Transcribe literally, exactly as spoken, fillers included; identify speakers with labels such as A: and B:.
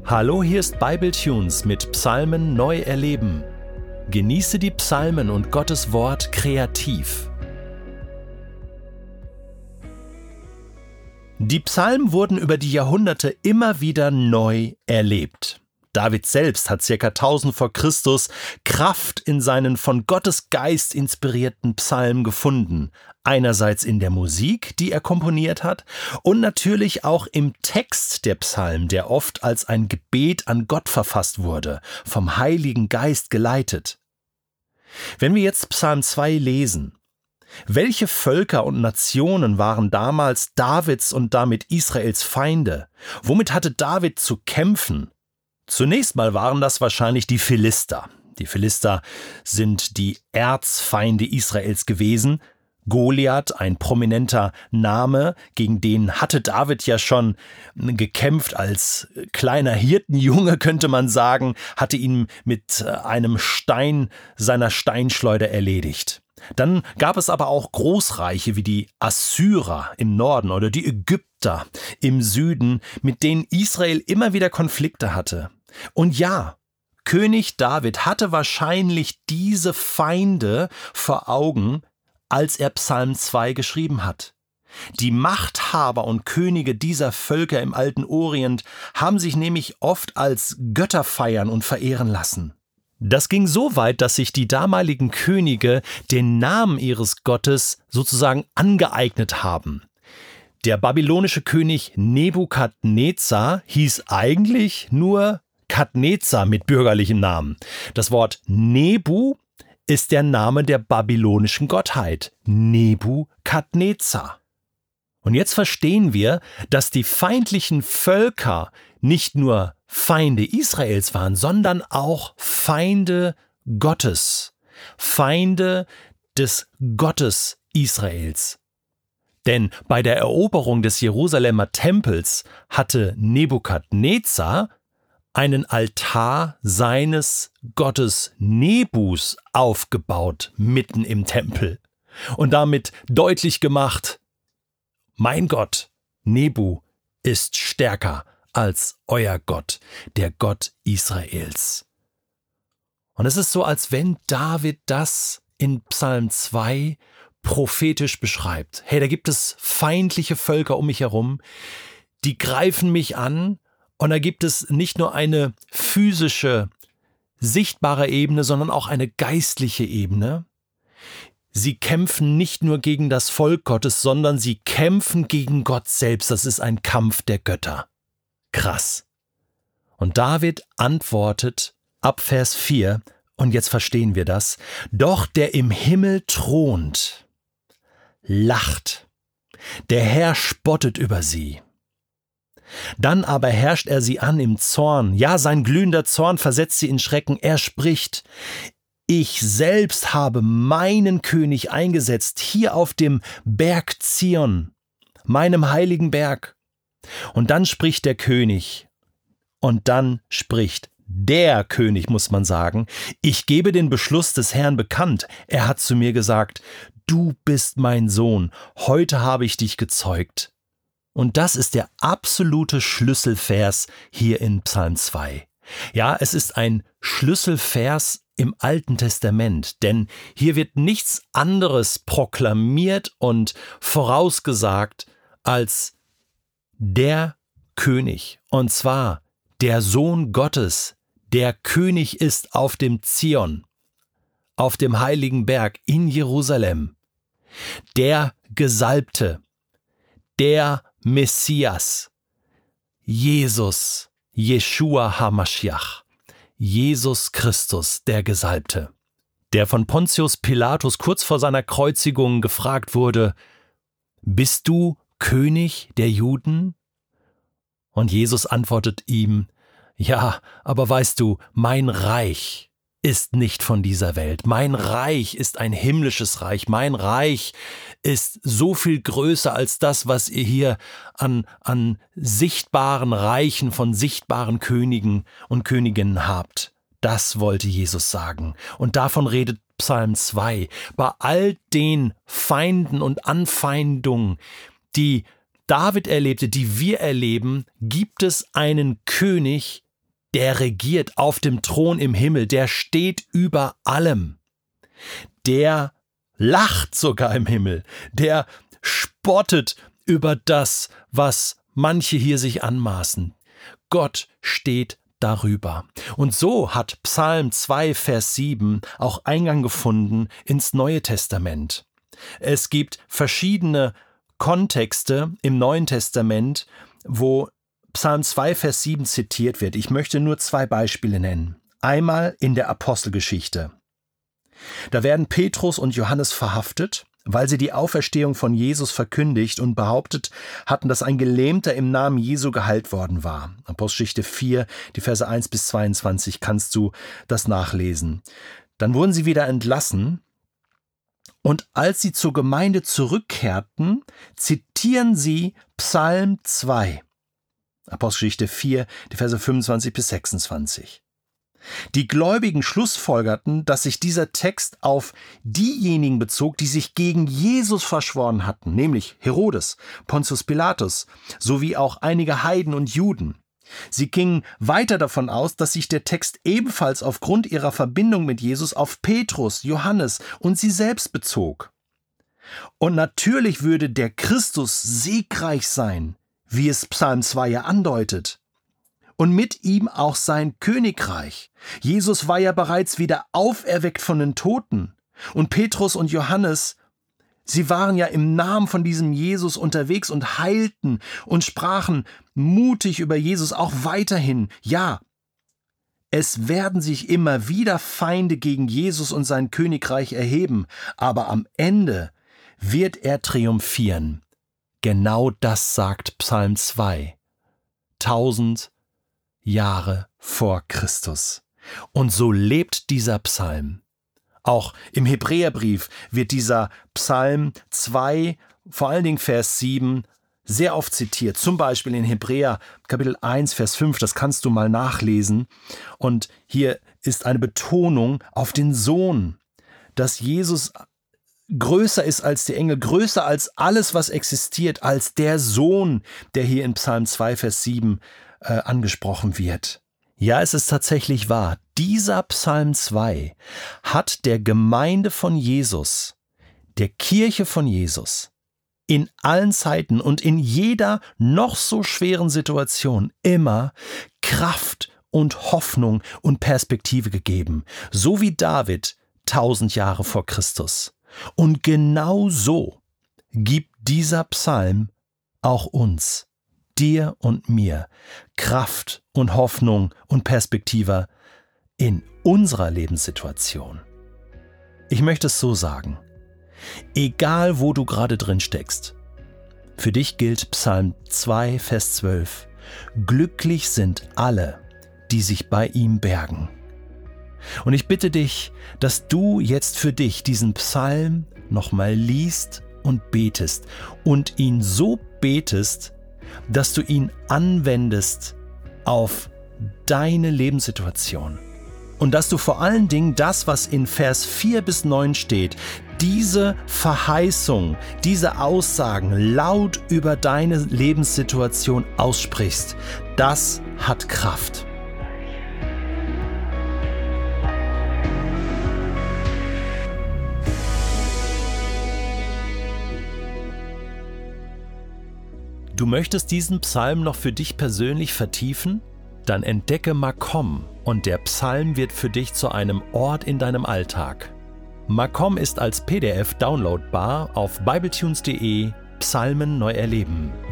A: Hallo, hier ist Bibletunes mit Psalmen neu erleben. Genieße die Psalmen und Gottes Wort kreativ. Die Psalmen wurden über die Jahrhunderte immer wieder neu erlebt. David selbst hat ca. tausend vor Christus Kraft in seinen von Gottes Geist inspirierten Psalmen gefunden. Einerseits in der Musik, die er komponiert hat, und natürlich auch im Text der Psalmen, der oft als ein Gebet an Gott verfasst wurde, vom Heiligen Geist geleitet. Wenn wir jetzt Psalm zwei lesen: Welche Völker und Nationen waren damals Davids und damit Israels Feinde? Womit hatte David zu kämpfen? Zunächst mal waren das wahrscheinlich die Philister. Die Philister sind die Erzfeinde Israels gewesen. Goliath, ein prominenter Name, gegen den hatte David ja schon gekämpft als kleiner Hirtenjunge, könnte man sagen, hatte ihn mit einem Stein seiner Steinschleuder erledigt. Dann gab es aber auch Großreiche wie die Assyrer im Norden oder die Ägypter im Süden, mit denen Israel immer wieder Konflikte hatte. Und ja, König David hatte wahrscheinlich diese Feinde vor Augen, als er Psalm zwei geschrieben hat. Die Machthaber und Könige dieser Völker im alten Orient haben sich nämlich oft als Götter feiern und verehren lassen. Das ging so weit, dass sich die damaligen Könige den Namen ihres Gottes sozusagen angeeignet haben. Der babylonische König Nebukadnezar hieß eigentlich nur Kadnezar mit bürgerlichem Namen. Das Wort Nebu ist der Name der babylonischen Gottheit, Nebukadnezar. Und jetzt verstehen wir, dass die feindlichen Völker nicht nur Feinde Israels waren, sondern auch Feinde Gottes, Feinde des Gottes Israels. Denn bei der Eroberung des Jerusalemer Tempels hatte Nebukadnezar einen Altar seines Gottes Nebus aufgebaut, mitten im Tempel, und damit deutlich gemacht: Mein Gott, Nebu, ist stärker als euer Gott, der Gott Israels. Und es ist so, als wenn David das in Psalm zwei prophetisch beschreibt. Hey, da gibt es feindliche Völker um mich herum, die greifen mich an, und da gibt es nicht nur eine physische, sichtbare Ebene, sondern auch eine geistliche Ebene. Sie kämpfen nicht nur gegen das Volk Gottes, sondern sie kämpfen gegen Gott selbst. Das ist ein Kampf der Götter. Krass. Und David antwortet ab Vers vier, und jetzt verstehen wir das: Doch der im Himmel thront, lacht, der Herr spottet über sie. Dann aber herrscht er sie an im Zorn, ja, sein glühender Zorn versetzt sie in Schrecken. Er spricht: Ich selbst habe meinen König eingesetzt, hier auf dem Berg Zion, meinem heiligen Berg. Und dann spricht der König, und dann spricht der König, muss man sagen: Ich gebe den Beschluss des Herrn bekannt. Er hat zu mir gesagt: Du bist mein Sohn, heute habe ich dich gezeugt. Und das ist der absolute Schlüsselvers hier in Psalm zwei. Ja, es ist ein Schlüsselvers im Alten Testament, denn hier wird nichts anderes proklamiert und vorausgesagt als der König, und zwar der Sohn Gottes, der König ist auf dem Zion, auf dem heiligen Berg in Jerusalem, der Gesalbte, der Messias, Jesus, Jeschua HaMashiach, Jesus Christus, der Gesalbte, der von Pontius Pilatus kurz vor seiner Kreuzigung gefragt wurde: Bist du König der Juden? Und Jesus antwortet ihm: Ja, aber weißt du, mein Reich ist nicht von dieser Welt. Mein Reich ist ein himmlisches Reich. Mein Reich ist so viel größer als das, was ihr hier an, an sichtbaren Reichen von sichtbaren Königen und Königinnen habt. Das wollte Jesus sagen. Und davon redet Psalm zwei. Bei all den Feinden und Anfeindungen, die David erlebte, die wir erleben, gibt es einen König, der regiert auf dem Thron im Himmel, der steht über allem. Der lacht sogar im Himmel, der spottet über das, was manche hier sich anmaßen. Gott steht darüber. Und so hat Psalm zwei, Vers sieben auch Eingang gefunden ins Neue Testament. Es gibt verschiedene Kontexte im Neuen Testament, wo Psalm zwei, Vers sieben zitiert wird. Ich möchte nur zwei Beispiele nennen. Einmal in der Apostelgeschichte. Da werden Petrus und Johannes verhaftet, weil sie die Auferstehung von Jesus verkündigt und behauptet hatten, dass ein Gelähmter im Namen Jesu geheilt worden war. Apostelgeschichte vier, die Verse eins bis zweiundzwanzig, kannst du das nachlesen. Dann wurden sie wieder entlassen und als sie zur Gemeinde zurückkehrten, zitieren sie Psalm zwei. Apostelgeschichte vier, die Verse fünfundzwanzig bis sechsundzwanzig. Die Gläubigen schlussfolgerten, dass sich dieser Text auf diejenigen bezog, die sich gegen Jesus verschworen hatten, nämlich Herodes, Pontius Pilatus, sowie auch einige Heiden und Juden. Sie gingen weiter davon aus, dass sich der Text ebenfalls aufgrund ihrer Verbindung mit Jesus auf Petrus, Johannes und sie selbst bezog. Und natürlich würde der Christus siegreich sein, wie es Psalm zwei ja andeutet. Und mit ihm auch sein Königreich. Jesus war ja bereits wieder auferweckt von den Toten. Und Petrus und Johannes, sie waren ja im Namen von diesem Jesus unterwegs und heilten und sprachen mutig über Jesus auch weiterhin. Ja, es werden sich immer wieder Feinde gegen Jesus und sein Königreich erheben, aber am Ende wird er triumphieren. Genau das sagt Psalm zwei. Tausend Jahre vor Christus. Und so lebt dieser Psalm. Auch im Hebräerbrief wird dieser Psalm zwei, vor allen Dingen Vers sieben, sehr oft zitiert. Zum Beispiel in Hebräer Kapitel eins, Vers fünf, das kannst du mal nachlesen. Und hier ist eine Betonung auf den Sohn, dass Jesus größer ist als die Engel, größer als alles, was existiert, als der Sohn, der hier in Psalm zwei, Vers sieben äh, angesprochen wird. Ja, es ist tatsächlich wahr. Dieser Psalm zwei hat der Gemeinde von Jesus, der Kirche von Jesus, in allen Zeiten und in jeder noch so schweren Situation immer Kraft und Hoffnung und Perspektive gegeben, so wie David tausend Jahre vor Christus. Und genau so gibt dieser Psalm auch uns, dir und mir, Kraft und Hoffnung und Perspektive in unserer Lebenssituation. Ich möchte es so sagen, egal wo du gerade drin steckst, für dich gilt Psalm zwei, Vers zwölf, glücklich sind alle, die sich bei ihm bergen. Und ich bitte dich, dass du jetzt für dich diesen Psalm nochmal liest und betest und ihn so betest, dass du ihn anwendest auf deine Lebenssituation. Und dass du vor allen Dingen das, was in Vers vier bis neun steht, diese Verheißung, diese Aussagen laut über deine Lebenssituation aussprichst. Das hat Kraft. Du möchtest diesen Psalm noch für dich persönlich vertiefen? Dann entdecke Makom und der Psalm wird für dich zu einem Ort in deinem Alltag. Makom ist als P D F downloadbar auf bibletunes punkt de Psalmen neu erleben.